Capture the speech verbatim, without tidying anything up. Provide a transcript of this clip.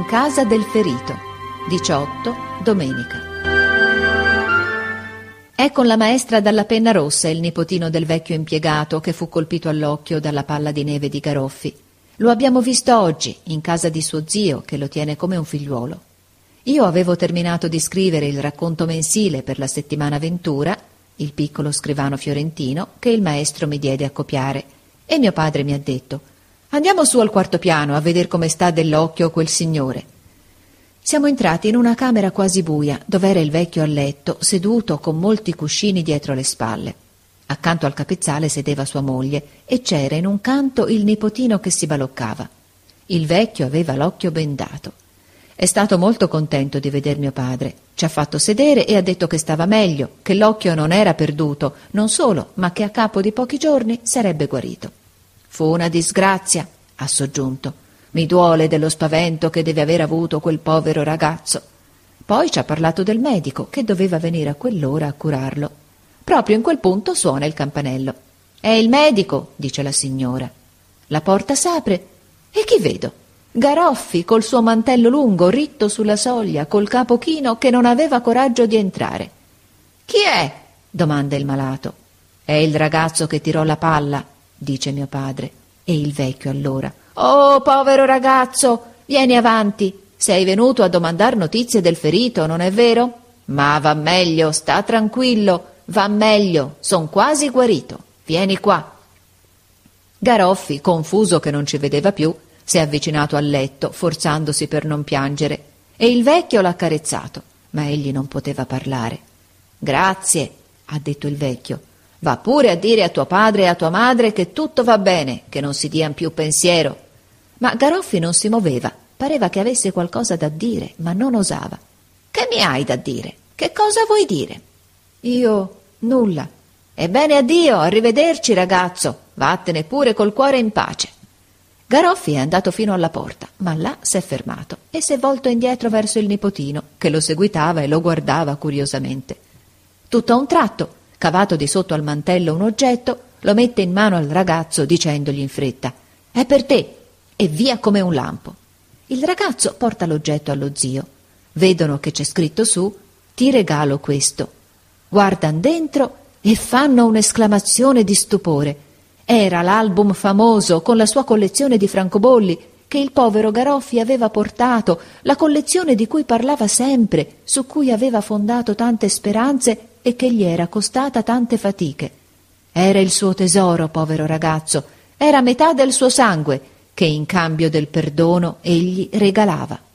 casa del ferito. diciotto, domenica. È con la maestra dalla penna rossa il nipotino del vecchio impiegato che fu colpito all'occhio dalla palla di neve di Garoffi. Lo abbiamo visto oggi in casa di suo zio, che lo tiene come un figliuolo. Io avevo terminato di scrivere il racconto mensile per la settimana Ventura, il piccolo scrivano fiorentino, che il maestro mi diede a copiare, e mio padre mi ha detto: «Andiamo su al quarto piano a vedere come sta dell'occhio quel signore». Siamo entrati in una camera quasi buia, dove era il vecchio a letto, seduto con molti cuscini dietro le spalle. Accanto al capezzale sedeva sua moglie e c'era in un canto il nipotino che si baloccava. Il vecchio aveva l'occhio bendato. È stato molto contento di veder mio padre. Ci ha fatto sedere e ha detto che stava meglio, che l'occhio non era perduto, non solo, ma che a capo di pochi giorni sarebbe guarito. «Fu una disgrazia», ha soggiunto. «Mi duole dello spavento che deve aver avuto quel povero ragazzo». Poi ci ha parlato del medico che doveva venire a quell'ora a curarlo. Proprio in quel punto suona il campanello. «È il medico», dice la signora. La porta s'apre e chi vedo? Garoffi col suo mantello lungo, ritto sulla soglia, col capo chino, che non aveva coraggio di entrare. «Chi è?» domanda il malato. «È il ragazzo che tirò la palla», dice mio padre. E il vecchio allora: «Oh, povero ragazzo, vieni avanti. Sei venuto a domandar notizie del ferito, non è vero? Ma va meglio, sta tranquillo, va meglio, son quasi guarito. Vieni qua». Garoffi, confuso che non ci vedeva più, si è avvicinato al letto, forzandosi per non piangere, e il vecchio l'ha accarezzato, ma egli non poteva parlare. «Grazie», ha detto il vecchio. «Va pure a dire a tuo padre e a tua madre che tutto va bene, che non si dian più pensiero». Ma Garoffi non si muoveva, pareva che avesse qualcosa da dire, ma non osava. «Che mi hai da dire? Che cosa vuoi dire?» «Io... nulla». «Ebbene, addio, arrivederci, ragazzo. Vattene pure col cuore in pace». Garoffi è andato fino alla porta, ma là s'è fermato e s'è volto indietro verso il nipotino, che lo seguitava e lo guardava curiosamente. Tutto a un tratto, cavato di sotto al mantello un oggetto, lo mette in mano al ragazzo dicendogli in fretta: «È per te», e via come un lampo. Il ragazzo porta l'oggetto allo zio. Vedono che c'è scritto su: «Ti regalo questo». Guardan dentro e fanno un'esclamazione di stupore. Era l'album famoso con la sua collezione di francobolli che il povero Garoffi aveva portato, la collezione di cui parlava sempre, su cui aveva fondato tante speranze e che gli era costata tante fatiche. Era il suo tesoro, povero ragazzo, era metà del suo sangue, che in cambio del perdono egli regalava.